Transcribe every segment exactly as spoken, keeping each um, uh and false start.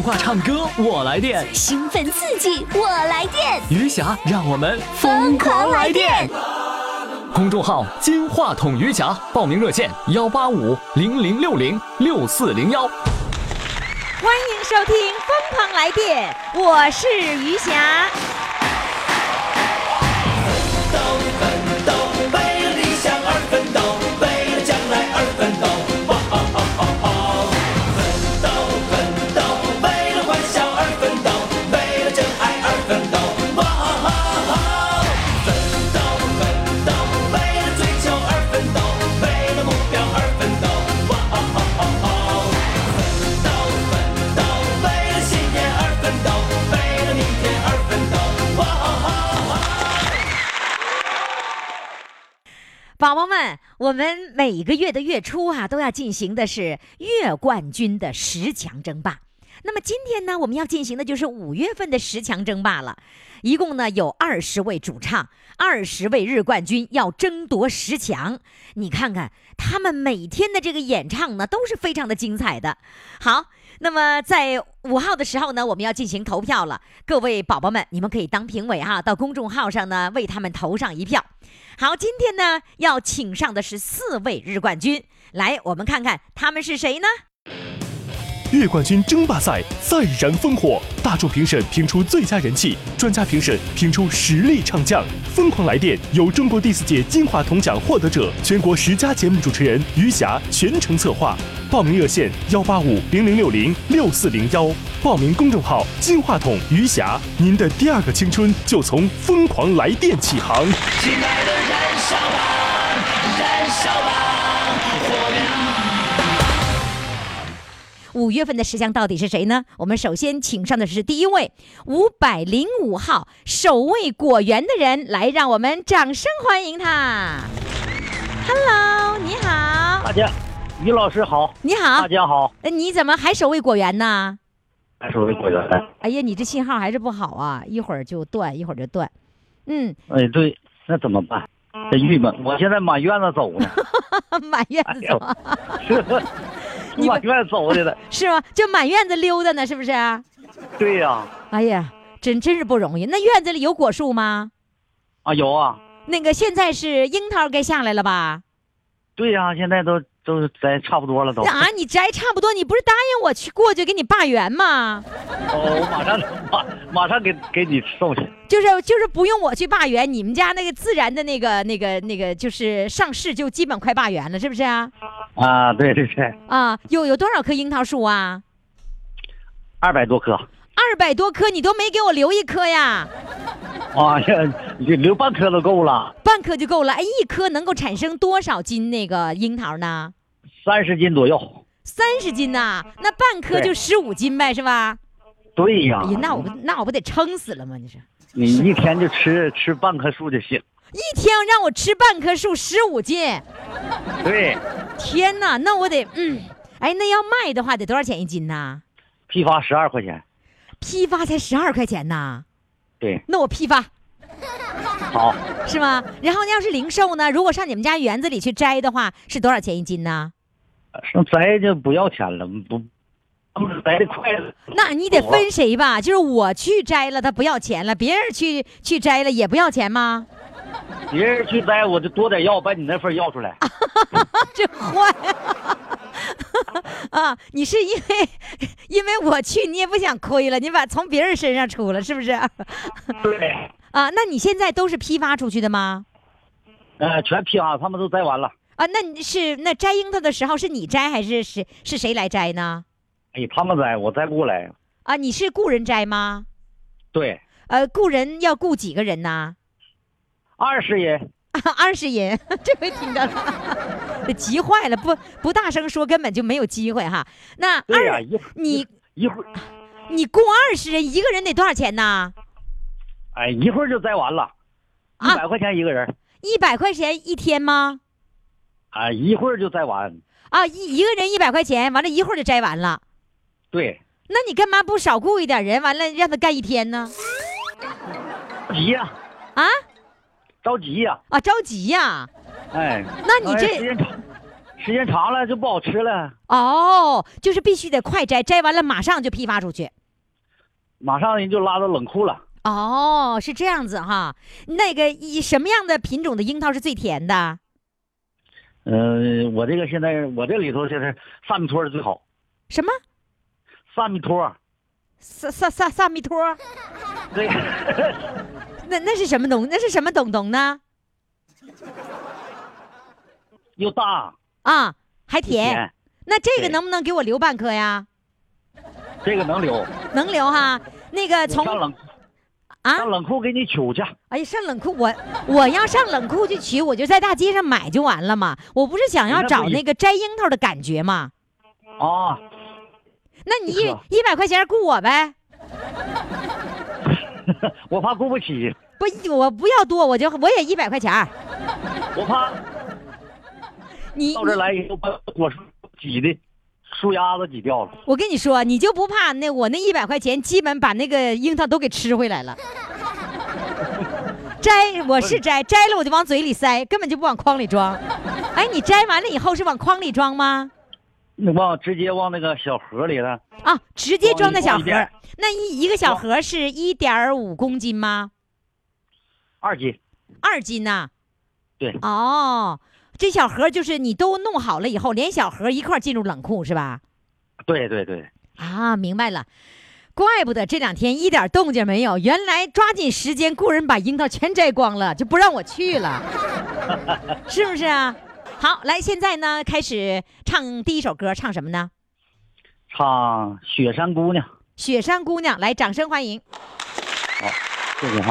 话唱歌我来电， 兴奋刺激我来电， 余霞让我们疯狂来电。公众号金话筒余霞，报名热线幺八五零零六零六四零幺。 欢迎收听《疯狂来电》，我是余霞。 奋斗奋斗，为了理想而奋斗，为了将来而奋斗，哇哦哦哦哦！奋斗奋斗，为了欢笑而奋斗，为了真爱而奋斗，哇哦哦哦！奋斗奋斗，为了追求而奋斗，为了目标而奋斗，哇哦哦哦哦！奋斗奋斗，为了信念而奋斗，为了明天而奋斗，哇哦哦哦！ 宝宝们，我们每个月的月初啊，都要进行的是月冠军的十强争霸。那么今天呢，我们要进行的就是五月份的十强争霸了。一共呢有二十位主唱，二十位日冠军要争夺十强。你看看他们每天的这个演唱呢，都是非常的精彩的。好，那么在五号的时候呢，我们要进行投票了。各位宝宝们，你们可以当评委哈，到公众号上呢为他们投上一票。好，今天呢要请上的是四位日冠军，来，我们看看他们是谁呢？ 月冠军争霸赛再燃烽火，大众评审评出最佳人气，专家评审评出实力唱将。疯狂来电由中国第四届金话筒奖获得者、全国十佳节目主持人余霞全程策划。报名热线幺八五零零六零六四零幺，报名公众号金话筒余霞，您的第二个青春就从疯狂来电起航。 亲爱的，燃烧吧，燃烧吧，火苗！ 五月份的十强到底是谁呢？我们首先请上的是第一位五百零五号守卫果园的人，来，让我们掌声欢迎他。Hello， 你好。 大家，于老师好。 你好。 大家好。 呃，你怎么还守卫果园呢？ 还守卫果园。 哎呀，你这信号还是不好啊，一会儿就断，一会儿就断。嗯。 哎，对，那怎么办？这郁闷，我现在满院子走呢。 满院子走。 哎你满院子走的了， 是吗？就满院子溜达呢，是不是？ 对呀、啊。 哎呀，真真是不容易。那院子里有果树吗？ 啊，有啊。 那个现在是樱桃该下来了吧？ 对呀、啊，现在都都摘差不多了都。 啊，你摘差不多，你不是答应我去过去给你罢园吗？ 哦，我马上马马上给给你送去。 就是就是不用我去罢园，你们家那个自然的那个那个那个就是上市就基本快罢园了，是不是啊？ 啊，对对对。 啊，有有多少棵樱桃树啊？ 二百多棵。 二百多棵，你都没给我留一棵呀？ 啊呀，你留半棵都够了。 半棵就够了。哎，一棵能够产生多少斤那个樱桃呢？ 三十斤左右。 三十斤呐、啊？那半棵就十五斤呗，是吧？ 对呀。 哎呀，那我不那我不得撑死了吗？你说。 你一天就吃吃半棵树就行。 一天让我吃半棵树，十五斤。 对。 天哪，那我得嗯，哎，那要卖的话得多少钱一斤呢？ 批发十二块钱。 批发才十二块钱呢。 对。 那我批发。 好。 是吗？然后要是零售呢？如果上你们家园子里去摘的话，是多少钱一斤呢？ 上摘就不要钱了，不。摘的快了， 那你得分谁吧？就是我去摘了，他不要钱了；别人去去摘了，也不要钱吗？ 别人去摘，我就多点要，把你那份要出来。 这坏啊！你是因为因为我去，你也不想亏了，你把从别人身上出了，是不是？ 对。 啊，那你现在都是批发出去的吗？ 呃，全批发，他们都摘完了。 啊，那你是那摘樱桃的时候是你摘还是是是谁来摘呢？ 哎，他们摘，我摘不过来。 啊，你是雇人摘吗？ 对。 呃，雇人要雇几个人呢？ 二十人。 二十人，这回听到了，急坏了，不不大声说，根本就没有机会哈。那对呀、 啊，你一会儿， 你雇二十人，一个人得多少钱呢？ 哎，一会儿就摘完了，一百块钱一个人。 一百块钱一天吗？ 啊，一会儿就摘完。 啊，一一个人一百块钱，完了一会儿就摘完了。 对。 那你干嘛不少雇一点人，完了让他干一天呢？ 急呀！ 啊？ 着急呀！ 啊，着急呀！ 哎， 那你这、 哎、时间长，时间长了就不好吃了。 哦，就是必须得快摘，摘完了马上就批发出去。 马上人就拉到冷库了。 哦，是这样子哈。那个以什么样的品种的樱桃是最甜的？ 嗯、呃，我这个现在我这里头现在萨米托是最好。 什么？ 萨米托。 萨萨萨萨米托？ 对。 那那是什么东？那是什么东东呢？ 又大啊，还甜。 甜那这个能不能给我留半颗呀？ 这个能留。 能留哈。那个从上冷啊， 上冷库给你取去。 哎呀，上冷库我我要上冷库去取，我就在大街上买就完了嘛。我不是想要找那个摘樱桃的感觉吗？ 啊， 那你一一百块钱雇我呗。 我怕雇不起。 不，我不要多，我就我也一百块钱。 我怕你到这来以后把果树挤的树丫子挤掉了。 我跟你说，你就不怕那我那一百块钱基本把那个樱桃都给吃回来了。摘我是摘，摘了我就往嘴里塞，根本就不往筐里装。哎，你摘完了以后是往筐里装吗？ 你往直接往那个小盒里了。 啊，直接装在小盒。那一一个小盒是一点五公斤吗？ 二斤。 二斤呐、啊？ 对。 哦，这小盒就是你都弄好了以后，连小盒一块进入冷库是吧？ 对对对。 啊，明白了。怪不得这两天一点动静没有，原来抓紧时间雇人把樱桃全摘光了，就不让我去了，是不是啊？好，来，现在呢开始唱第一首歌，唱什么呢？ 唱《雪山姑娘》。 雪山姑娘，来，掌声欢迎。 好，谢谢哈。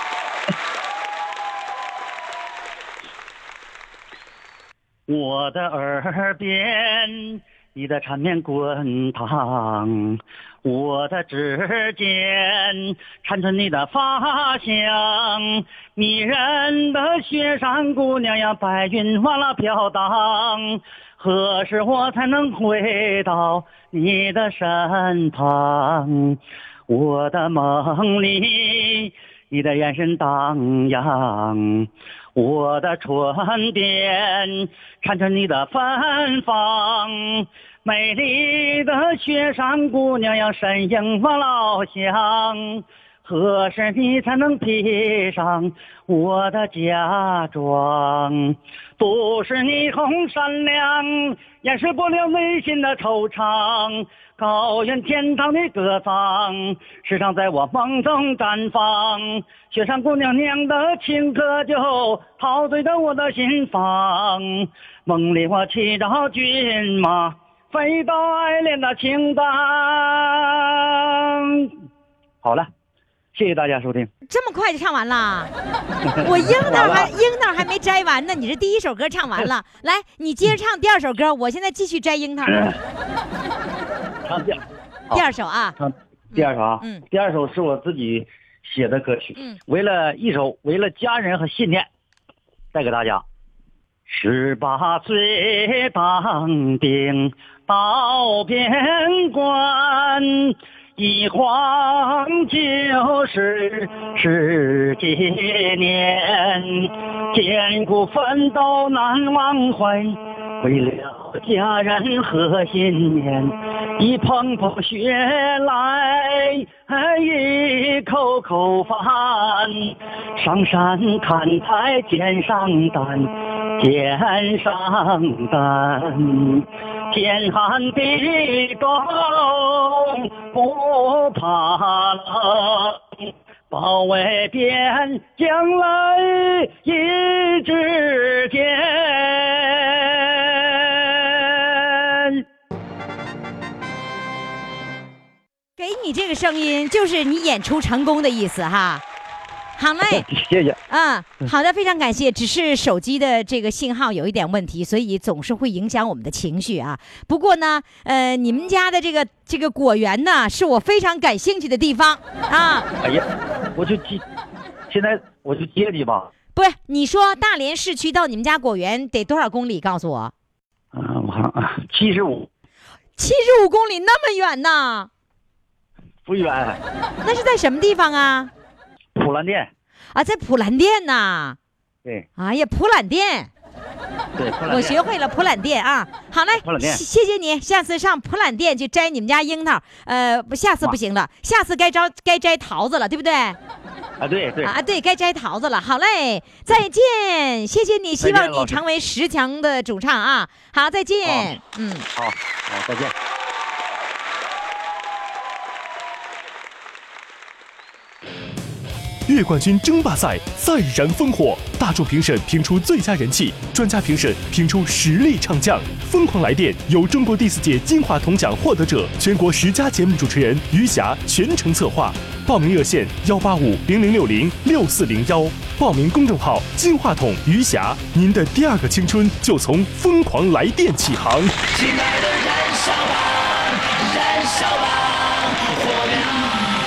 我的耳边，你的缠绵滚烫，我的指尖缠着你的发香，迷人的雪山姑娘呀，白云忘了飘荡，何时我才能回到你的身旁？我的梦里，你的眼神荡漾，我的唇边缠着你的芬芳，美丽的雪山姑娘呀，身影我老乡，何时你才能披上我的嫁妆？不是你红善良，掩饰不了内心的惆怅，高原天堂的歌唱，时常在我梦中绽放，雪山姑娘娘的情歌就陶醉着我的心房，梦里我骑着骏马，飞到爱恋的青岛。好了，谢谢大家收听。 这么快就唱完了？我樱桃还樱桃还没摘完呢，你这第一首歌唱完了，来，你接着唱第二首歌，我现在继续摘樱桃。 唱第二， 第二首啊， 唱第二首啊， 嗯， 第二首是我自己写的歌曲， 嗯， 为了一首为了家人和信念，带给大家。十八岁当兵到边关，一晃就是十几年，艰苦奋斗难忘怀，为了家人和信念，一捧捧雪来一口口饭，上山砍柴肩上担，肩上担，天寒地冻不怕冷，保卫边疆来一支箭。 给你这个声音，就是你演出成功的意思哈。好嘞， 谢谢。 嗯，好的，非常感谢。只是手机的这个信号有一点问题，所以总是会影响我们的情绪啊。不过呢，呃，你们家的这个这个果园呢，是我非常感兴趣的地方啊。 哎呀，我就接，现在我就接你吧。 不是，你说大连市区到你们家果园得多少公里？告诉我。 嗯、呃，我看啊，七十五。 七十五公里那么远呢？ 不远。 那是在什么地方啊？ 普兰店啊，在普兰店呐。 对。 哎呀，普兰店， 对，普兰我店学会了普兰店啊。好嘞， 普兰店谢谢谢你，下次上普兰店去摘你们家樱桃。呃，不，下次不行了，下次该摘该摘桃子了，对不对？ 啊，对对啊，对该摘桃子了。好嘞，再见，谢谢你，希望你再见老师成为十强的主唱啊。好，再见。嗯。 好，好，再见。 月冠军争霸赛再燃烽火，大众评审评出最佳人气，专家评审评出实力唱将。疯狂来电由中国第四届金话筒奖获得者、全国十佳节目主持人余霞全程策划。报名热线幺八五零零六零六四零幺，报名公众号金话筒余霞，您的第二个青春就从疯狂来电起航。 亲爱的，燃烧吧，燃烧吧，火亮！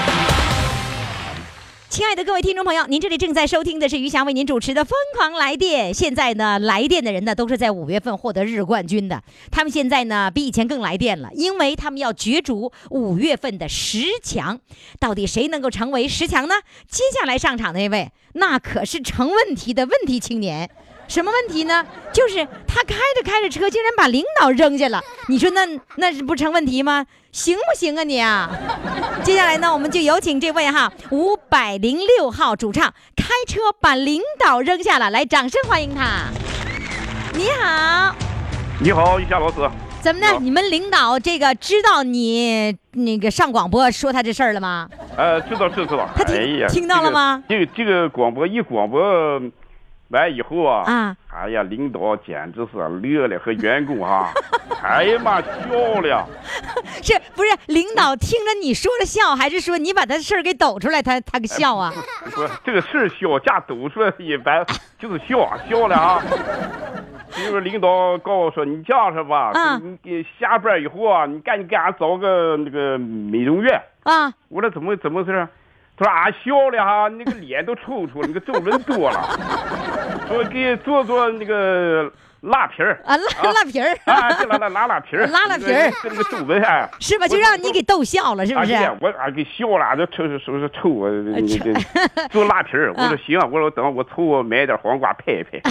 亲爱的各位听众朋友，您这里正在收听的是余霞为您主持的《疯狂来电》。现在呢，来电的人呢都是在五月份获得日冠军的。他们现在呢比以前更来电了，因为他们要角逐五月份的十强。到底谁能够成为十强呢？接下来上场的那位，那可是成问题的问题青年。什么问题呢？就是他开着开着车，竟然把领导扔下了。你说那那是不成问题吗？行不行啊你啊？接下来呢，我们就有请这位哈五百零六号主唱开车把领导扔下了，来，掌声欢迎他。你好， 你好，于霞老师。 怎么呢？你们领导这个知道你那个上广播说他这事儿了吗？ 呃，知道是知道。 他听、 哎呀、 听到了吗？ 这个、这个这个广播一广播完以后啊， 啊， 哎呀，领导简直是乐了，和员工哈、啊，哎呀妈笑了。 是不是领导听着你说了笑，还是说你把他事儿给抖出来，他他个笑啊？ 不，这个事儿笑加抖出来一般就是笑笑了啊。就是领导告诉我说，你这样是吧？ 啊， 你给下班以后啊，你赶紧给俺找个那个美容院啊。 我说怎么怎么回事？他说俺笑了哈，那个脸都抽出了，那个皱纹多了。说给做做那个拉皮儿啊，拉拉皮儿啊，这拉拉拉拉皮儿， 拉拉皮儿， 这那个皱纹啊， 是吧？就让你给逗笑了，是不是？ 啊、我俺给笑了，这抽是不是抽我这做拉皮儿？我说行，我说等我凑我买点黄瓜拍一拍。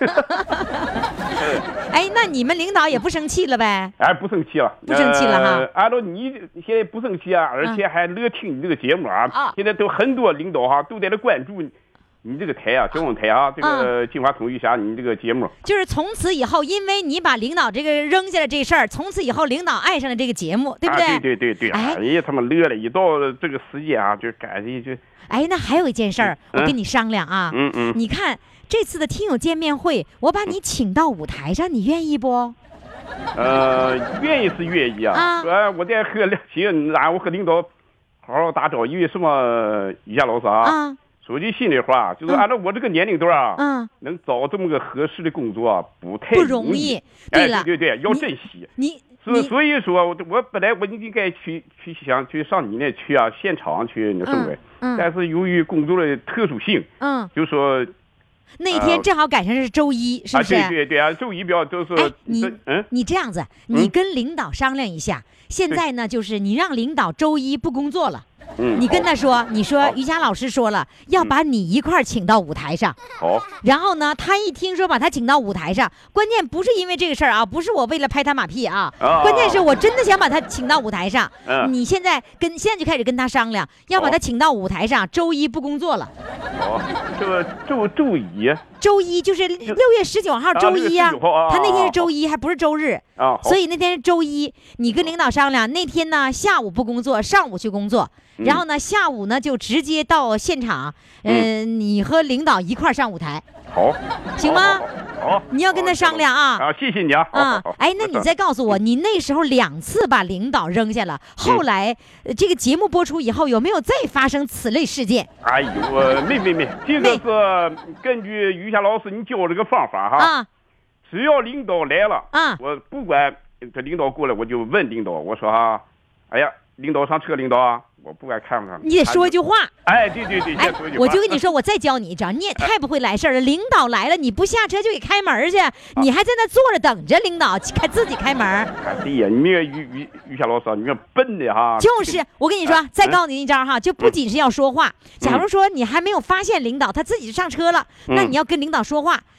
哎，那你们领导也不生气了呗？ 哎，不生气了， 不生气了哈。 呃、按照你现在不生气啊，而且还乐听你这个节目啊。啊现在都很多领导哈、啊、都在这关注你。你这个台啊，中央台啊，这个金华统一下你这个节目， 就是从此以后，因为你把领导这个扔下了这事儿，从此以后领导爱上了这个节目，对不对？ 啊、对对对对，哎呀，他们乐了，一到这个时间啊，就感觉就。 哎，那还有一件事儿，嗯、我跟你商量啊， 嗯嗯， 你看这次的听友见面会，我把你请到舞台上，你愿意不？ 呃，愿意是愿意啊， 啊呃，我得和行，然后我和领导好好打招呼，因为什么？于霞老师啊。 啊说句心里话，就是按照我这个年龄段啊， 嗯， 能找这么个合适的工作啊，不太不容易。对了， 哎、对对对，要珍惜。 你所所以说，我我本来我应该去去想去上你那去啊，现场去那什么、 嗯嗯， 但是由于工作的特殊性， 嗯， 就说那一天正好赶上是周一，呃、是不是？ 啊，对对对啊，周一表就是。 哎，你嗯， 你这样子，你跟领导商量一下，嗯、现在呢，就是你让领导周一不工作了。 嗯， 你跟他说，你说于霞老师说了要把你一块儿请到舞台上。 好。 然后呢，他一听说把他请到舞台上，关键不是因为这个事儿啊，不是我为了拍他马屁啊， 啊关键是我真的想把他请到舞台上。 嗯。 你现在跟现在就开始跟他商量，要把他请到舞台上，周一不工作了。 哦，这个周周一。 周一就是六月十九号周一呀、啊， 啊、 他那天是周一，还不是周日啊， 所以那天是周一。你跟领导商量，那天呢下午不工作，上午去工作， 嗯、 然后呢下午呢就直接到现场，嗯、呃，你和领导一块上舞台， 好， 行吗？ 好， 你要跟他商量啊。 啊，谢谢你啊。 啊，哎，那你再告诉我，你那时候两次把领导扔下了，后来、嗯、这个节目播出以后，有没有再发生此类事件？ 哎呦，没没没，这个是根据于霞老师你教这个方法哈。 啊。 只要领导来了， 啊， 我不管这领导过来，我就问领导，我说哈，哎呀，领导上车，领导啊，我不管看不看， 你得说一句话。 哎，对对对， 哎，我就跟你说，我再教你一招，你也太不会来事儿了。领导来了，你不下车就给开门去，啊、你还在那坐着等着领导开自己开门。 哎呀，你那个于于于霞老师，你那笨的哈。 就是，我跟你说，再告诉你一招哈，就不仅是要说话。假如说你还没有发现领导他自己就上车了，那你要跟领导说话。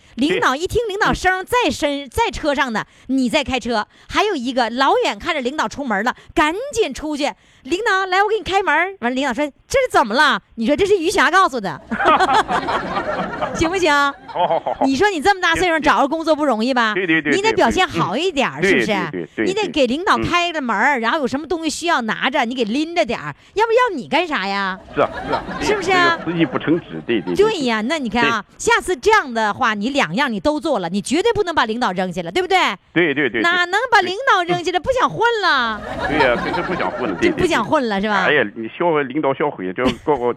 领导一听领导声在身在车上呢，你在开车，还有一个老远看着领导出门了，赶紧出去，领导来，我给你开门。完了，领导说这是怎么了？你说这是余霞告诉的，行不行？ 好好好好。 你说你这么大岁数找个工作不容易吧？ 对对对， 你得表现好一点，是不是？ 对对， 你得给领导开着门，然后有什么东西需要拿着，你给拎着点儿，要不要你干啥呀？ 是啊是啊， 是不是啊？ 司机不称职，对对对呀。那你看啊，下次这样的话，你两样你都做了，你绝对不能把领导扔下了，对不对？ 对对对。 哪能把领导扔下来？不想混了？ 对呀，真是不想混了，对， 不想混了是吧？ 哎呀，你销毁领导销毁，这个个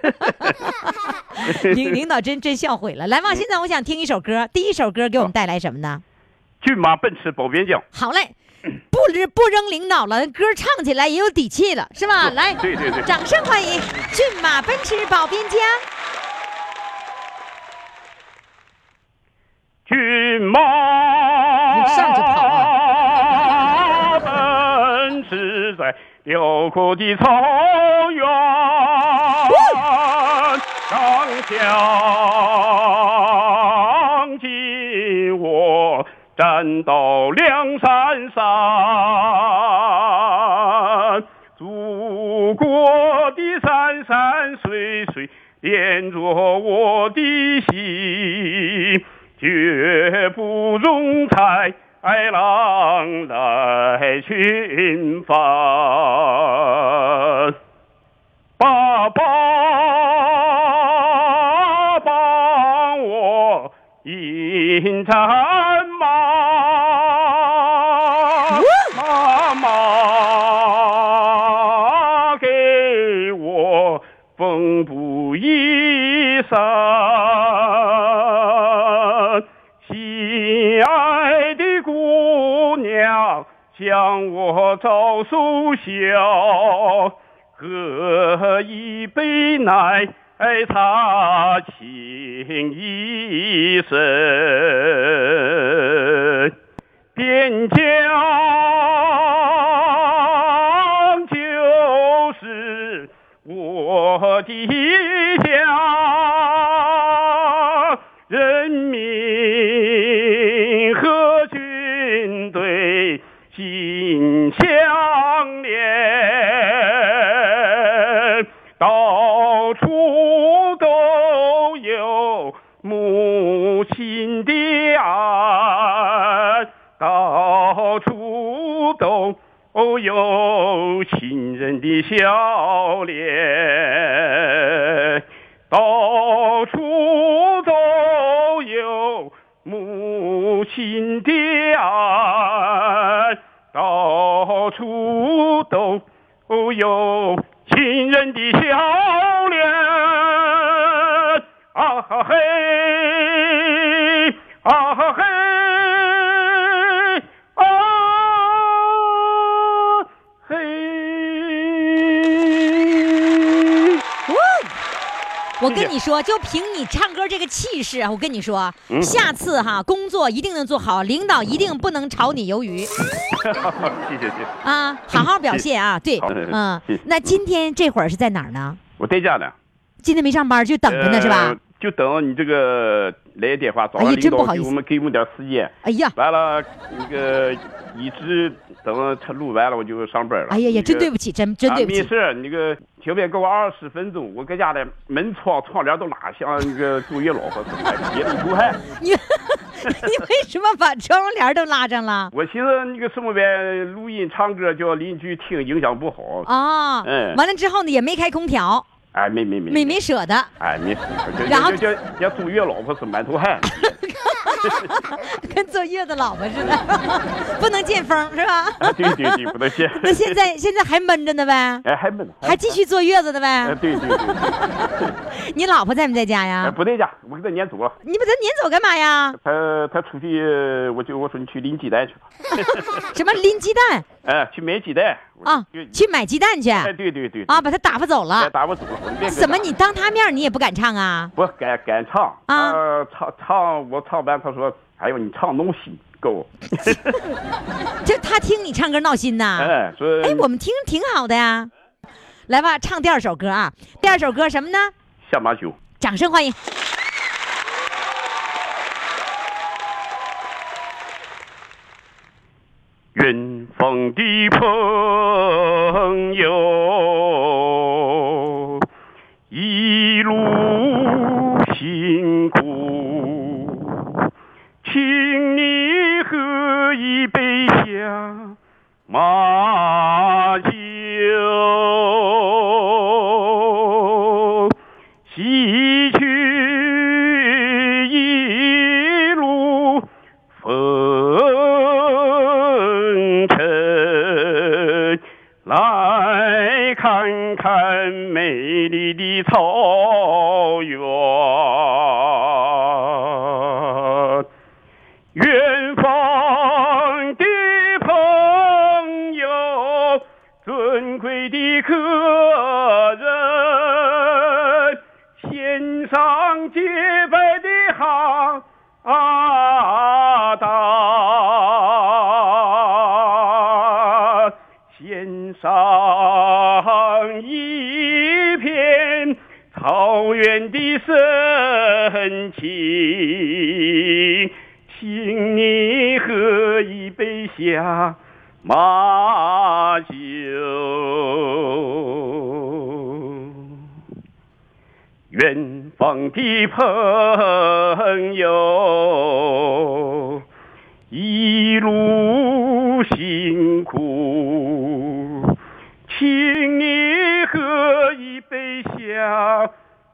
领领导真真销毁了。来吧，现在我想听一首歌，第一首歌给我们带来什么呢？ 骏马奔驰保边疆。 好嘞，不扔不扔领导了，歌唱起来也有底气了，是吧？来， 对对对， 掌声欢迎骏马奔驰保边疆。 骏马上去跑啊！ 奔驰在辽阔的草原，上将军我站到梁山上，祖国的山山水水连着我的心，绝不容豺狼来侵犯。爸爸帮我引战马，妈妈给我缝补衣裳，心爱的姑娘向我招手笑，喝一杯奶茶情一声，边疆就是我的家，人民和军队心相连，到处都有母亲的爱，到处都有亲人的笑脸，到处都有母亲的爱，到处都有亲人的笑脸。啊哈嘿，啊哈嘿，啊嘿。 我跟你说，就凭你唱歌这个气势啊，我跟你说， 嗯、 下次哈工作一定能做好，领导一定不能炒你鱿鱼。 谢谢谢谢啊，好好表现啊！对，嗯，那今天这会儿是在哪儿呢？ 我在家呢。 今天没上班，就等着呢，是吧？ 呃就等你这个来电话，早上领导给我们给我们点时间。 哎呀， 完了那个一直等他录完了，我就上班了。 哎呀呀，真对不起，真真对不起。 没事，那个前面给我二十分钟，我搁家的门窗窗帘都拉像那个住院老婆似的，憋得一头汗。 你你为什么把窗帘都拉上了？ 我寻思那个什么呗，录音唱歌叫邻居听，影响不好。 啊，嗯，完了之后呢，也没开空调。 哎，没没没， 没没舍得， 哎，没舍得， 然后就就要坐月老婆是满头汗， 跟坐月子老婆似的，不能见风是吧？ 啊，对对对，不能见。 那现在现在还闷着呢呗？ 哎，还闷， 还继续坐月子的呗？ 哎，对对对。 你老婆在不在家呀？ 不在家，我给她撵走了。 你把她撵走干嘛呀？ 她她出去，我就我说你去拎鸡蛋去吧。 什么拎鸡蛋？ 哎，去买鸡蛋啊，去买鸡蛋去。 哎，对对对。 啊，把她打发走了。 打发走了。 怎么你当他面你也不敢唱啊？ 不敢敢唱啊！ 呃、唱唱我唱完，他说：“哎呦，你唱闹心够。” 就他听你唱歌闹心呐？ 哎，说哎，我们听挺好的呀。来吧，唱第二首歌啊！第二首歌什么呢？ 下马酒。 掌声欢迎。 远方的朋友，一路辛苦，请你喝一杯下马酒，洗去一路风尘，来看看美丽的草原。远方的朋友，尊贵的客人，献上洁白的哈达，献上一片草原的深情，请你喝一杯下马酒。远方的朋友，一路辛苦，请你喝一杯下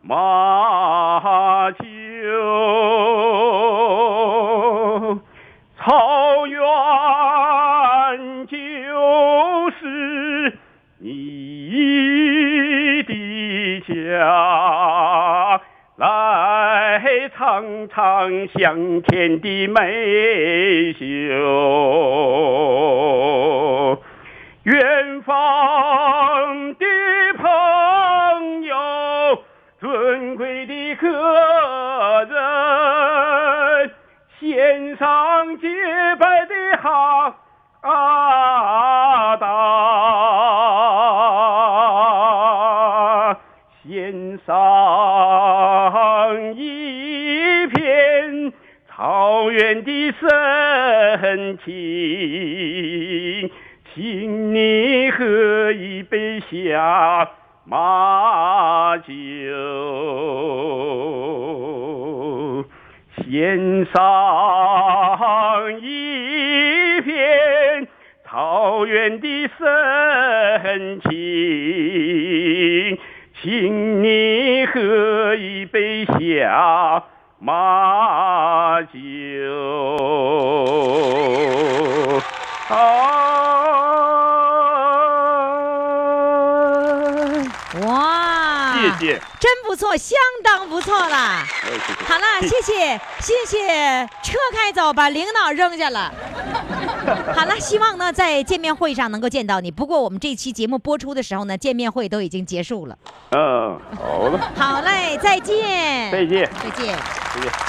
马酒。草原就是你的家，来尝尝香甜的美酒。远方的朋友，尊贵的客人，献上洁白的哈达，献上一片草原的深情，请你喝一杯下马酒，献上一片草原的深情，请你喝一杯下马酒。啊哇， 谢谢， 真不错，相当不错了。 谢谢好了，谢谢谢谢，车开走，把领导扔下了。好了，希望呢在见面会上能够见到你。不过我们这期节目播出的时候呢，见面会都已经结束了。 嗯，好了， 好嘞，再见， 再见， 再见， 再见。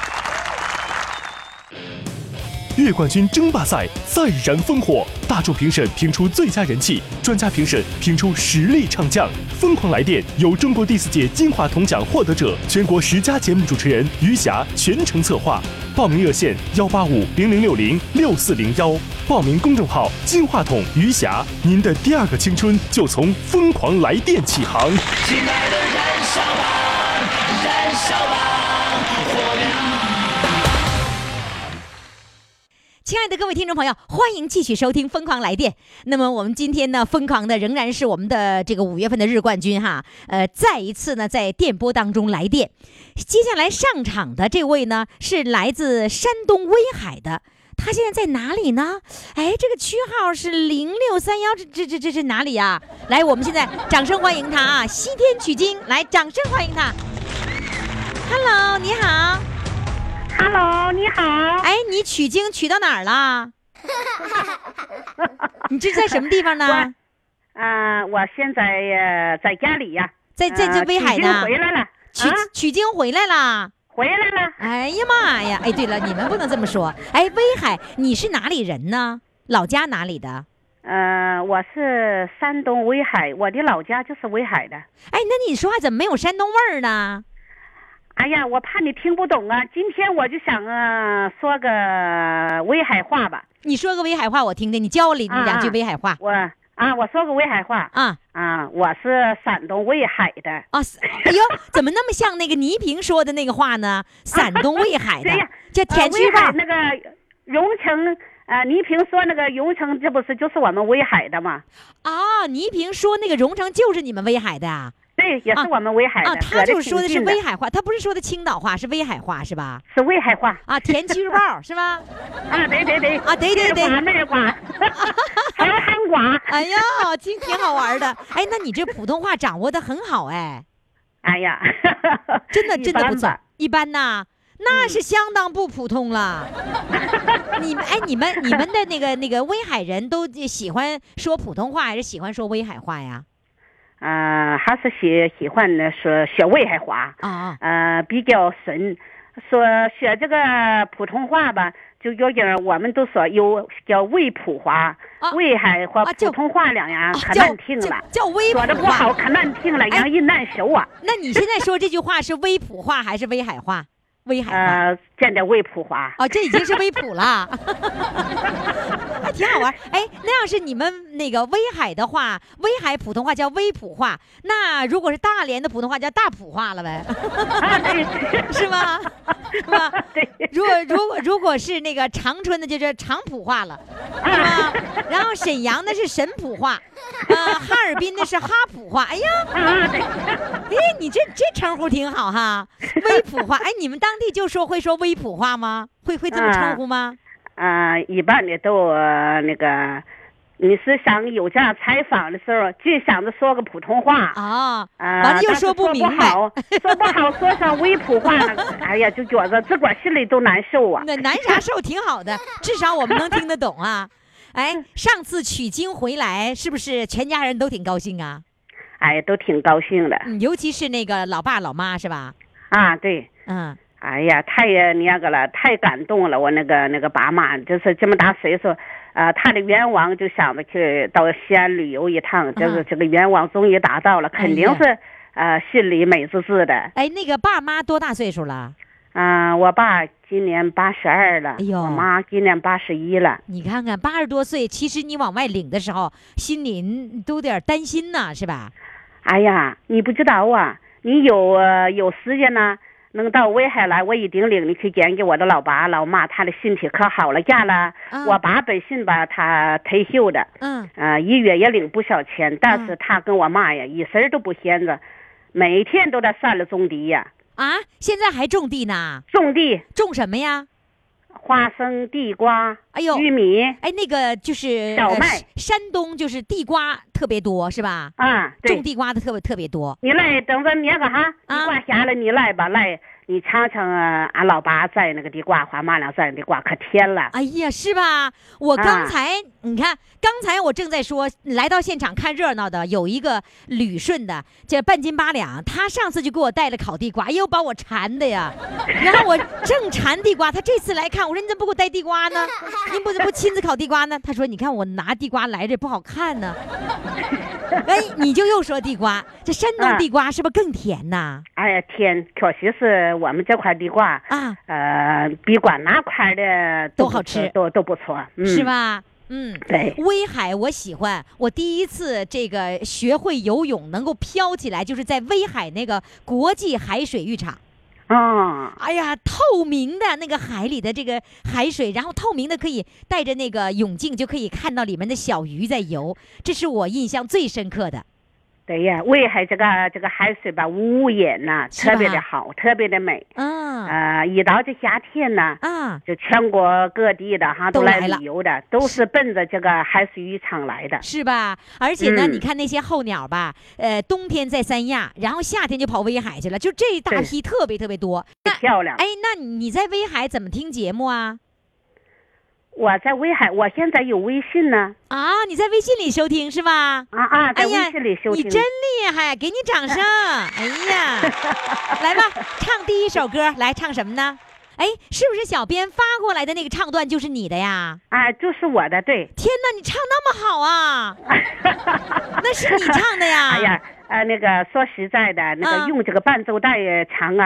月冠军争霸赛再燃烽火，大众评审评出最佳人气，专家评审评出实力唱将。疯狂来电由中国第四届金话筒奖获得者、全国十佳节目主持人余霞全程策划。报名热线幺八五零零六零六四零幺，报名公众号金话筒余霞，您的第二个青春就从疯狂来电起航。 亲爱的，燃烧吧，燃烧吧，火苗。 亲爱的各位听众朋友，欢迎继续收听《疯狂来电》。那么我们今天呢，疯狂的仍然是我们的这个五月份的日冠军哈，呃，再一次呢在电波当中来电。接下来上场的这位呢是来自山东威海的，他现在在哪里呢？哎，这个区号是零六三幺，这这这这是哪里呀？来，我们现在掌声欢迎他啊！西天取经，来，掌声欢迎他。Hello， 你好。 Hello， 你好。 哎，你取经取到哪儿了？你这在什么地方呢？ 我，呃，我现在呃在家里呀、啊， 在在这威海呢。 呃、回来了。 取、啊、取经回来了。 回来了。 哎呀妈呀！哎，对了，你们不能这么说。哎，威海，你是哪里人呢？老家哪里的？ 呃，我是山东威海，我的老家就是威海的。 哎，那你说话怎么没有山东味儿呢？ 哎呀，我怕你听不懂啊，今天我就想啊说个威海话吧。 你说个威海话我听听，你教我两句威海话。 啊、我啊，我说个威海话啊啊，我是山东威海的啊。哎呦，怎么那么像那个倪萍说的那个话呢？山东威海的， 对呀， 叫田区吧、 呃、那个荣成。呃，倪萍说那个荣成，这不是就是我们威海的吗？ 啊，倪萍说那个荣成就是你们威海的啊？ 对，也是我们威海的。 啊，他就说的是威海话，他不是说的青岛话，是威海话是吧？ 是威海话啊，田鸡肉包是吧？ 啊，对对对， 啊，对对对， 那瓜，还有憨瓜。 哎呀，挺挺好玩的。哎，那你这普通话掌握的很好哎。 哎呀， 真的真的不错，一般呐。那是相当不普通了。嗯、你们哎，你们你们的那个那个威海人都喜欢说普通话，还是喜欢说威海话呀？ 呃，还是喜喜欢说学威海话啊， 呃，比较深。说学这个普通话吧，就有点我们都说有叫威普话、啊、威海和普通话两样、啊、可难听了， 叫威普话， 说的不好，可难听了，让人难受啊。 那你现在说这句话是威普话还是威海话？威海话， 呃，见的威普话。 哦，这已经是威普了，还挺好玩。哎，那要是你们那个威海的话，威海普通话叫威普话，那如果是大连的普通话叫大普话了呗？ 啊，对， 是吗？是吧？ 对。 如果如果如果是那个长春的，就是长普话了，是吧？然后沈阳的是沈普话，呃，哈尔滨的是哈普话。哎呀， 啊，对。 哎，你这这称呼挺好哈，威普话。哎，你们当地就说会说威普话吗？会会这么称呼吗？ 啊、呃，一般的都、呃、那个，你是想有这样采访的时候，就想着说个普通话啊， 呃、 完了又说不明白， 说不好，说不好说上威普话呢，哎呀，就觉着自个儿心里都难受啊。 那难啥受？挺好的，至少我们能听得懂啊。哎，上次取经回来，是不是全家人都挺高兴啊？ 哎，都挺高兴的， 嗯、尤其是那个老爸老妈，是吧？ 啊，对， 嗯。 哎呀，太那个了，太感动了！我那个那个爸妈，就是这么大岁数，呃，他的愿望就想着去到西安旅游一趟，就是这个愿望终于达到了，嗯、肯定是、哎、呃心里美滋滋的。 哎，那个爸妈多大岁数了？ 嗯、呃，我爸今年八十二了， 哎呦， 我妈今年八十一了。 你看看八十多岁，其实你往外领的时候，心里都有点担心呢，是吧？ 哎呀，你不知道啊，你有呃有时间呢。能到威海来，我一定领你去见见我的老爸老妈，他的身体可好了，家了。嗯、我爸本身吧，他退休的， 嗯， 呃，一月也领不少钱，但是他跟我妈呀，一声都不闲着，每天都在山里种地呀。 啊，现在还种地呢？ 种地， 种什么呀？ 花生、地瓜， 哎呦， 玉米， 哎，那个就是小麦、 呃，山东就是地瓜特别多，是吧？ 啊，对， 种地瓜的特别特别多。 你来，等着那个哈，地瓜下了，你来吧，来。你尝尝啊，俺老爸摘那个地瓜花，马两摘的地瓜可甜了。 哎呀，是吧？我刚才、啊、你看，刚才我正在说，来到现场看热闹的有一个旅顺的，这半斤八两，他上次就给我带了烤地瓜，哎呦，把我馋的呀。然后我正馋地瓜，他这次来看，我说你怎么不给我带地瓜呢？你不不亲自烤地瓜呢？他说你看我拿地瓜来着不好看呢。哎，你就又说地瓜，这山东地瓜是不是更甜呐？ 哎呀，甜，确实是我们这块地瓜啊， 呃，比管哪块的都好吃， 都都不错，嗯、 是吧？嗯， 对。 威海我喜欢，我第一次这个学会游泳，能够飘起来，就是在威海那个国际海水浴场。 哦， 哎呀，透明的那个海里的这个海水，然后透明的可以带着那个泳镜就可以看到里面的小鱼在游，这是我印象最深刻的。 对呀，威海这个这个海水吧，无烟呐，特别的好，特别的美。 嗯， 呃，一到这夏天呢， 啊， 就全国各地的哈都来旅游的， 都是奔着这个海水浴场来的， 是吧？而且呢， 嗯、 你看那些候鸟吧，呃，冬天在三亚，然后夏天就跑威海去了，就这一大批特别特别多， 漂亮。 哎，那你在威海怎么听节目啊？ 我在威海，我现在有微信呢。 啊，你在微信里收听是吧？ 啊啊，在微信里收听。 哎、你真厉害，给你掌声！哎呀，来吧，唱第一首歌，来唱什么呢？哎，是不是小编发过来的那个唱段就是你的呀？ 啊，就是我的，对。 天哪，你唱那么好啊！那是你唱的呀？ 哎呀，呃，那个说实在的，那个用这个伴奏带唱啊。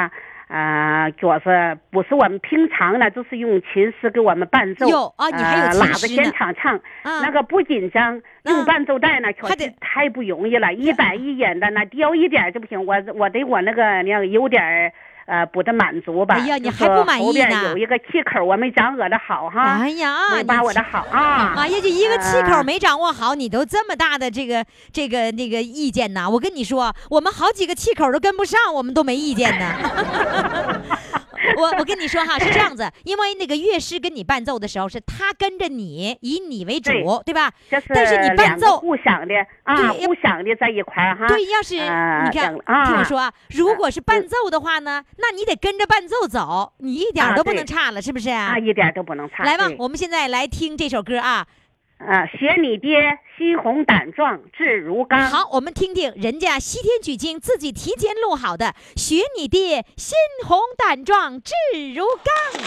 呃，就是不是我们平常呢，就是用琴师给我们伴奏。 有啊，你还有琴师呢。 喇叭现场唱， 啊、 那个不紧张。用伴奏带呢，确实太不容易了，一板一眼的，那掉一点就不行。我我得我那个那个有点呃不得满足吧。 哎呀，你还不满意呢？ 后边有一个气口，我没掌握的好哈。 哎呀， 没把我的好啊。 哎呀，就一个气口没掌握好，你都这么大的这个这个那个意见呢？我跟你说，我们好几个气口都跟不上，我们都没意见呢。我我跟你说哈，是这样子，因为那个乐师跟你伴奏的时候，是他跟着你，以你为主， 对, 对吧？ 就是但是你伴奏互相的啊，互相的在一块儿哈。 对，要是、呃、你看、啊，听我说啊，如果是伴奏的话呢，嗯、那你得跟着伴奏走，你一点都不能差了，啊、是不是啊？ 啊，一点都不能差。 来吧，我们现在来听这首歌啊。 啊，学你爹心红胆壮志如钢。 好，我们听听人家西天取经自己提前录好的，学你爹心红胆壮志如钢。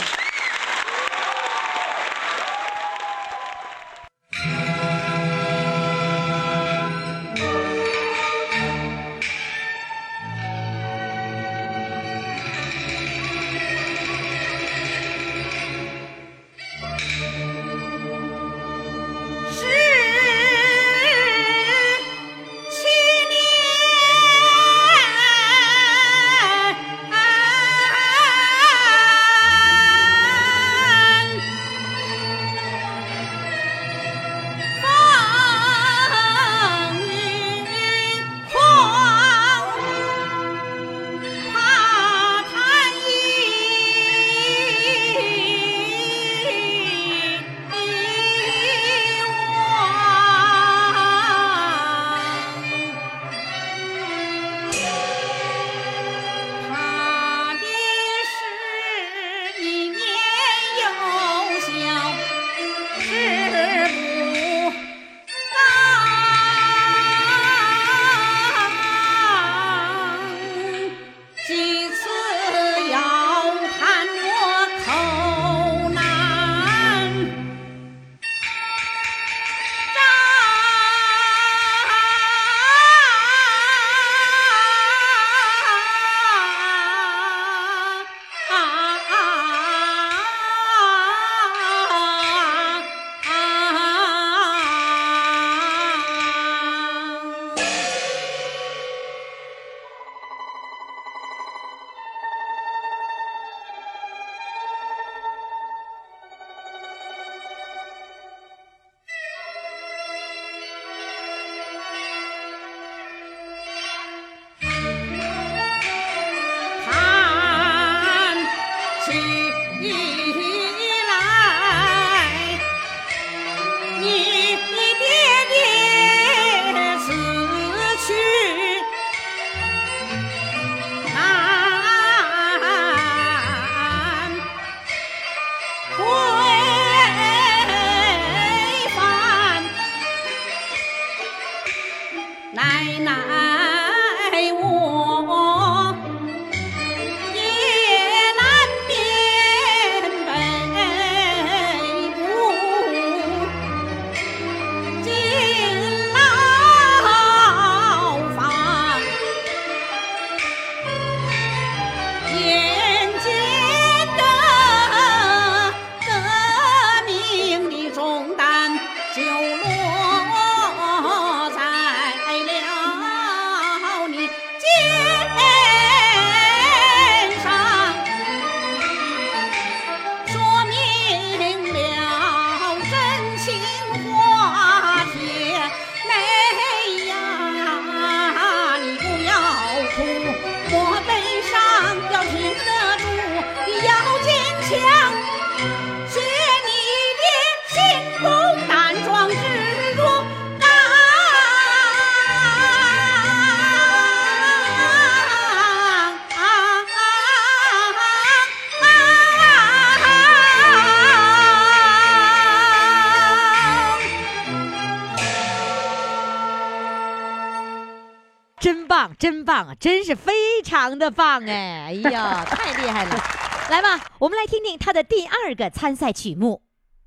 真棒，真是非常的棒哎！哎呀，太厉害了！来吧，我们来听听他的第二个参赛曲目。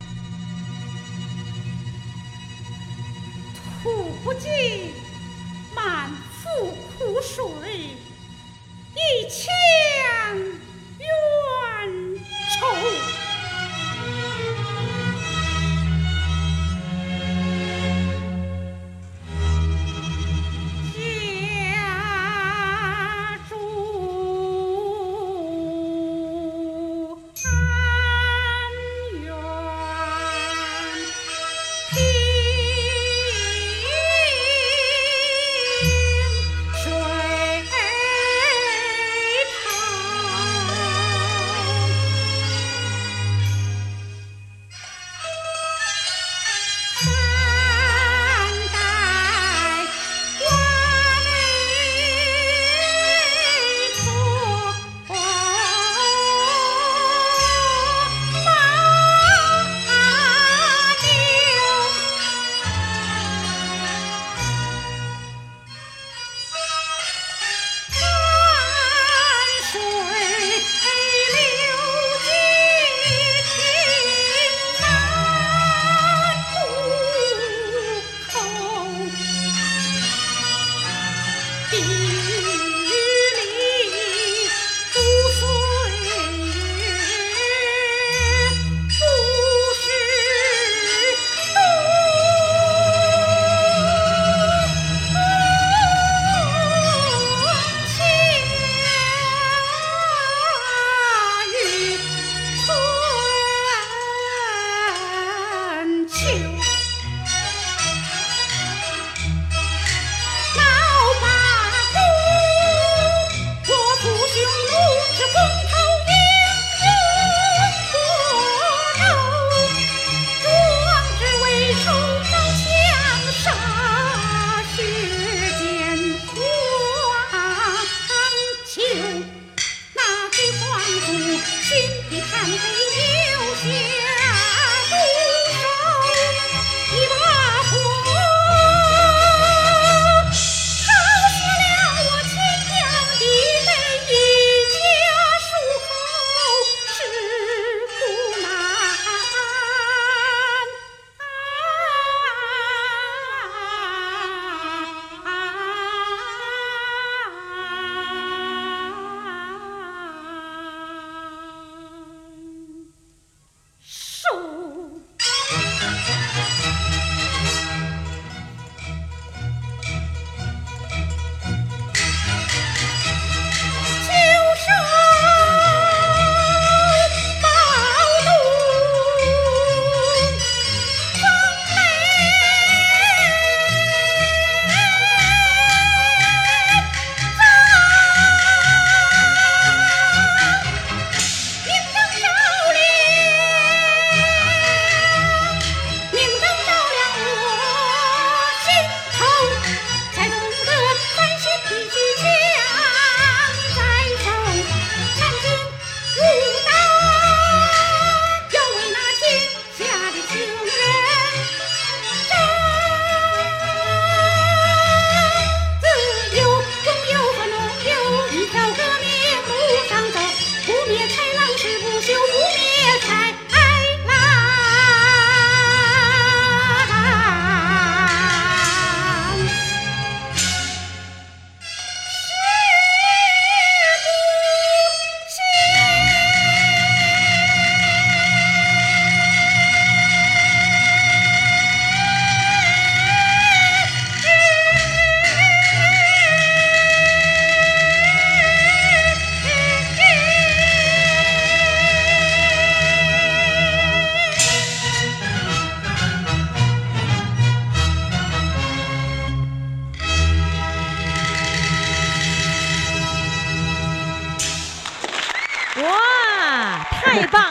吐不尽，满腹苦水，一腔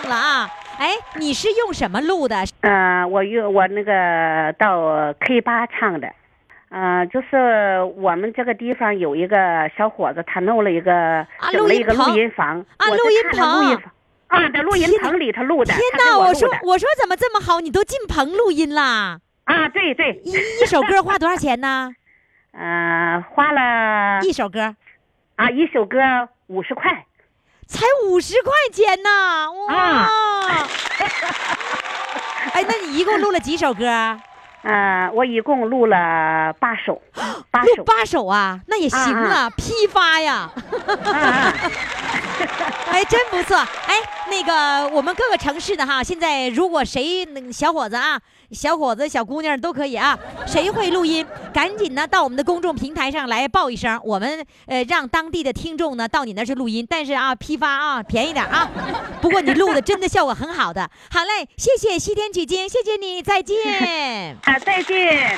了啊！哎，你是用什么录的？ 呃，我用我那个到 K 八唱的，呃，就是我们这个地方有一个小伙子，他弄了一个、 啊、 整了一个录音房啊，录音棚， 录音房啊，在录音棚里头录的。 天哪！我说我说怎么这么好？你都进棚录音啦？ 啊，对对。 一一首歌花多少钱呢？ 呃，花了一首歌， 啊，一首歌五十块。 才五十块钱呢！哇！啊、哎，那你一共录了几首歌？ 呃，我一共录了八首，八首，录八首啊，那也行啊，啊批发呀。 啊、 哎，真不错。哎，那个我们各个城市的哈，现在如果谁那个小伙子啊，小伙子、小姑娘都可以啊，谁会录音，赶紧呢到我们的公众平台上来报一声，我们呃让当地的听众呢到你那去录音，但是啊批发啊便宜点啊。不过你录的真的效果很好的。好嘞，谢谢西天取经，谢谢你，再见。 啊，再见。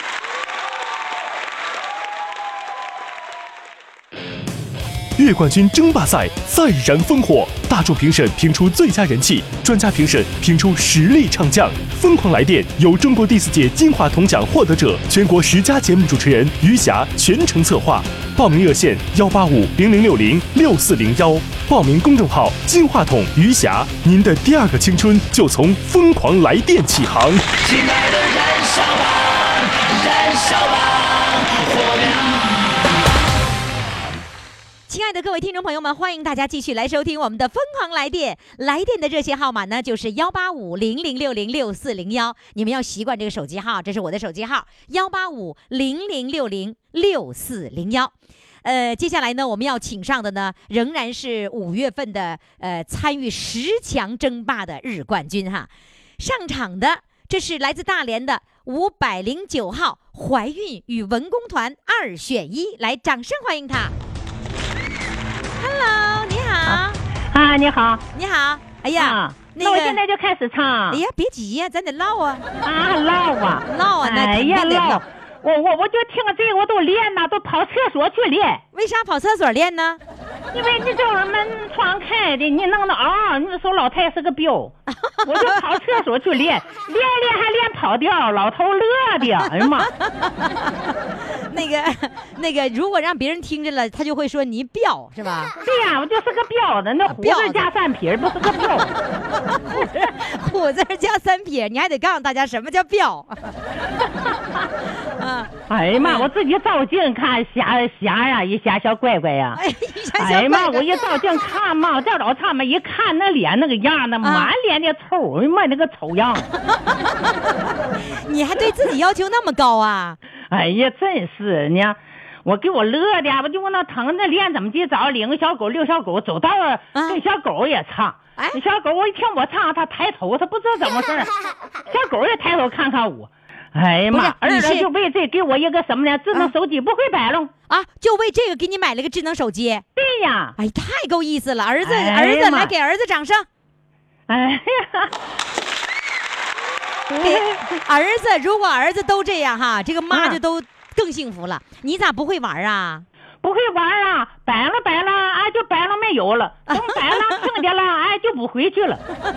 月冠军争霸赛再燃烽火，大众评审评出最佳人气，专家评审评出实力唱将。疯狂来电由中国第四届金话筒奖获得者、全国十佳节目主持人余霞全程策划。报名热线幺八五零零六零六四零幺，报名公众号金话筒余霞，您的第二个青春就从疯狂来电起航。 亲爱的，燃烧吧，燃烧吧，火苗。 亲爱的各位听众朋友们，欢迎大家继续来收听我们的疯狂来电。来电的热线号码呢，就是幺八五零零六零六四零幺。你们要习惯这个手机号，这是我的手机号，幺八五零零六零六四零幺。呃，接下来呢，我们要请上的呢，仍然是五月份的呃参与十强争霸的日冠军哈。上场的这是来自大连的五百零九号怀孕与文工团二选一，来，掌声欢迎他。Hello， 你好。 啊，你好， 你好。哎呀， 啊、 那, 个、 那我现在就开始唱。 哎呀，别急呀、啊，咱得唠啊。 啊，唠啊， 唠啊，那哎呀，唠。我我我就听了这个，我都练呐，都跑厕所去练。 为啥跑厕所练呢？ 因为你这会儿门窗开的，你弄的嗷，你说老太是个彪，我就跑厕所去练，练练还练跑调，老头乐的，哎呀妈！ 那个那个，如果让别人听着了，他就会说你彪是吧？ 对呀、啊，我就是个彪子，那胡子加三撇，不是个彪。 胡子加三撇，你还得告诉大家什么叫彪。 啊！哎呀妈！我自己照镜看，瞎瞎呀，一瞎小乖乖呀！哎呀妈！我一照镜看嘛，这老唱嘛，一看那脸那个样，那满脸的臭，哎呀妈，那个丑样！ 你还对自己要求那么高啊？ 哎呀，真是呢！我给我乐的，我就我那疼着练，怎么的早领个小狗遛小狗，走道啊，跟小狗也唱。哎，小狗我一听我唱，它抬头，它不知道怎么回事，小狗也抬头看看我。哎呀妈！儿子就为这给我一个什么呢？智能手机不会摆弄啊，就为这个给你买了个智能手机。 对呀， 哎，太够意思了！儿子，哎、儿子来给儿子掌声。 哎呀， 给儿子，如果儿子都这样哈，这个妈就都更幸福了。啊、你咋不会玩啊？ 不会玩啊，摆了摆了，哎，就摆了没有了，等摆了听见了，哎，就不回去了。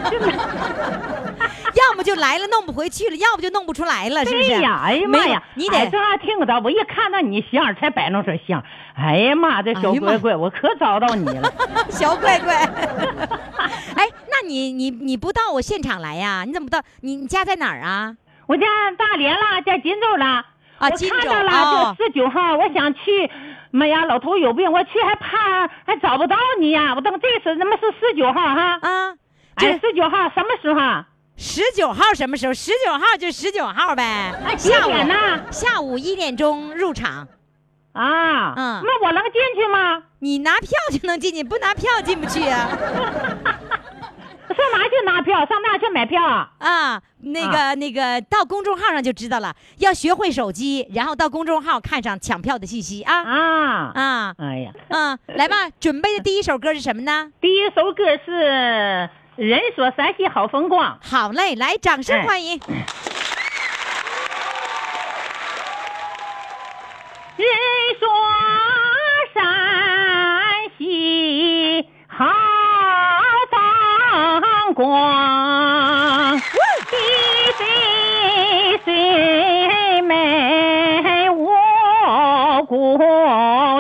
要么就来了弄不回去了，要不就弄不出来了，是不是？ 对呀，哎呀妈呀， 你得这还听着，我一看到你相才摆弄出相。哎呀妈，这小乖乖，我可找到你了， 小乖乖。哎，那你你你不到我现场来呀？你怎么不到？你你家在哪儿啊？ 我家大连了，在锦州了。 啊，锦州我看到了，就十九号，我想去。妈呀，老头有病，我去还怕还找不到你呀！我等这次怎么是十九号哈？ 啊， 哎，十九号什么时候？ 十九号什么时候？十九号就十九号呗。 哎，几点呢？ 下午一点钟入场。 啊，嗯，那我能进去吗？ 你拿票就能进去，不拿票进不去啊。 上哪去拿票？上哪去买票啊？ 啊，那个、啊、那个，到公众号上就知道了。要学会手机，然后到公众号看上抢票的信息啊啊啊！ 哎呀， 嗯，来吧，准备的第一首歌是什么呢？ 第一首歌是《人说山西好风光》。 好嘞，来，掌声欢迎。哎、 人说山西好风光。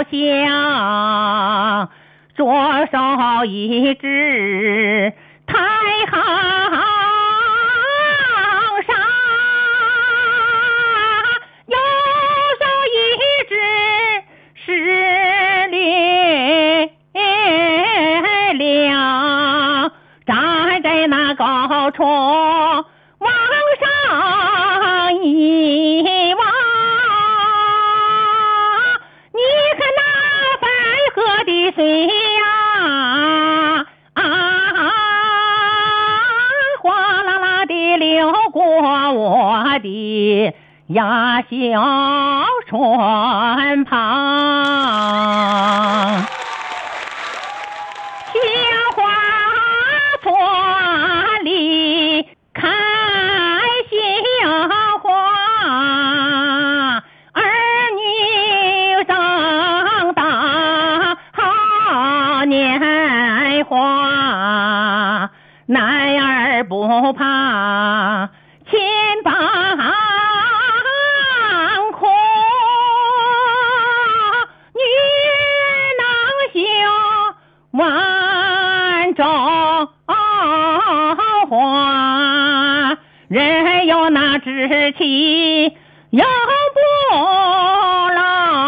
想左手一指太行上，右手一指十里两，站在那高处往上一望，你看那白河的水呀，啊，哗啦啦地流过我的呀小船旁，鲜花丛里开杏花，儿女正当好年华，男儿不怕千般苦，女能修万种花，人有那志气永不老，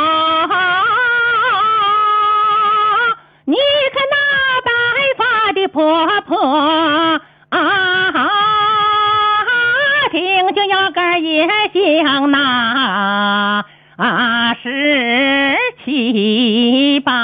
你看那白发的婆婆啊，听就腰杆也像那啊十七八。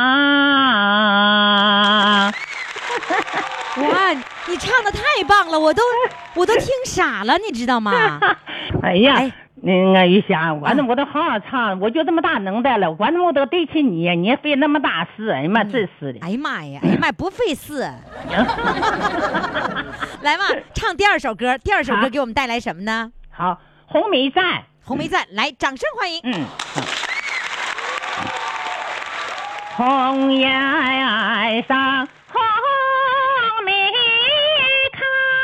哇，你唱的太棒了，我都我都听傻了，你知道吗？ 哎呀，哎那个玉霞，我那我都好好唱，我就这么大能耐了，我那我都对起你，你费那么大事，哎呀妈，真是的。 哎呀妈呀，哎呀妈，不费事。来嘛，唱第二首歌，第二首歌给我们带来什么呢？ 好，红梅赞， 红梅赞，来，掌声欢迎。 嗯。红叶上红梅开，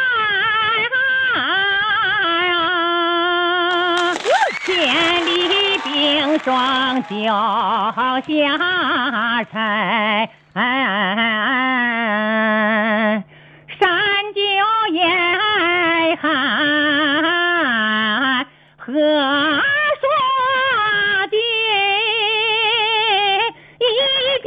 千里冰霜脚下踩，山就严寒河说的一片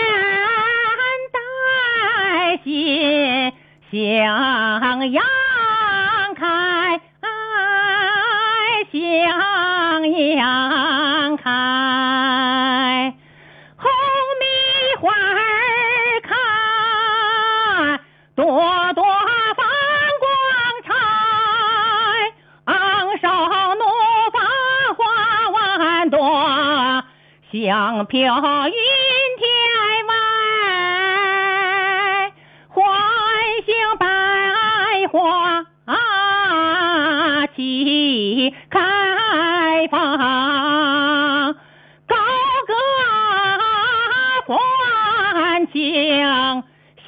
带心向阳开，向阳开，红梅花儿开，朵朵放光彩，昂首怒放花万朵，香飘云天外，唤醒百花齐开放，高歌欢庆新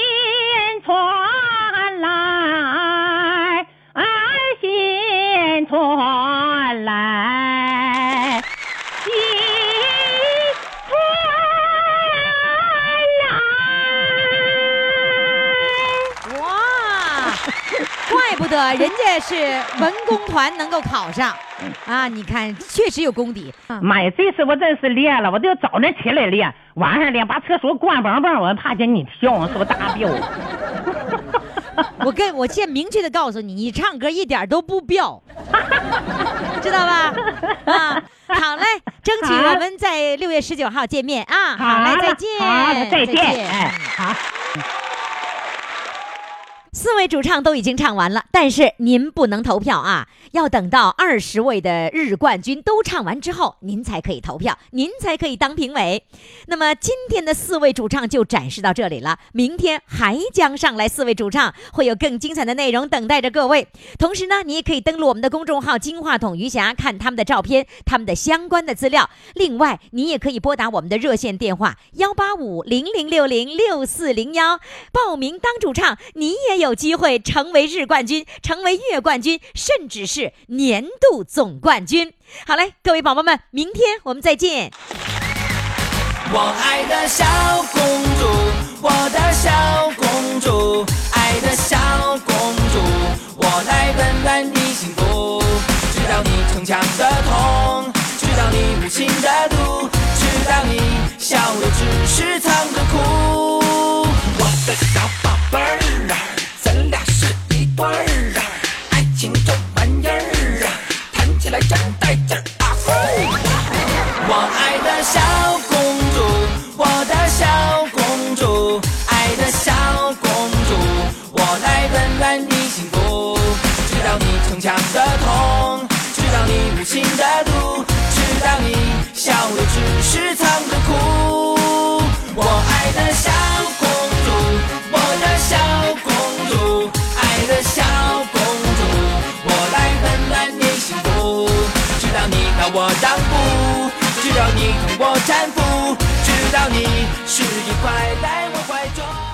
传来，新传来，新传来。哇，怪不得人家是文工团能够考上啊！你看，确实有功底。 妈呀，这次我真是练了，我就早晨起来练，晚上练，把厕所关梆梆，我怕见你跳是不大彪。 我跟我现在明确的告诉你，你唱歌一点都不彪，知道吧？啊，好嘞，争取我们在六月十九号见面啊！好嘞，再见， 好，再见，哎，好。 四位主唱都已经唱完了，但是您不能投票啊，要等到二十位的日冠军都唱完之后，您才可以投票，您才可以当评委。那么今天的四位主唱就展示到这里了，明天还将上来四位主唱，会有更精彩的内容等待着各位。同时呢，你也可以登录我们的公众号金话筒余霞，看他们的照片，他们的相关的资料。另外你也可以拨打我们的热线电话幺八五零零六零六四零幺报名当主唱，你也有机会成为日冠军，成为月冠军，甚至是年度总冠军。好嘞，各位宝宝们，明天我们再见。 我爱的小公主，我的小公主，爱的小公主，我来温暖你幸福，知道你逞强的痛，知道你无情的毒，知道你笑的只是藏着哭。我的小宝贝儿啊，咱俩是一对儿啊，爱情这玩意儿啊，谈起来真带劲儿啊！我爱的小公主，我的小公主，爱的小公主，我来温暖你幸福，知道你逞强的痛，知道你无情的毒，知道你笑的只是藏着哭。我爱的小公主，我的小公主，爱的小公主，我来温暖你幸福，知道你让我让步，知道你同我搀扶，知道你是一块在我怀中。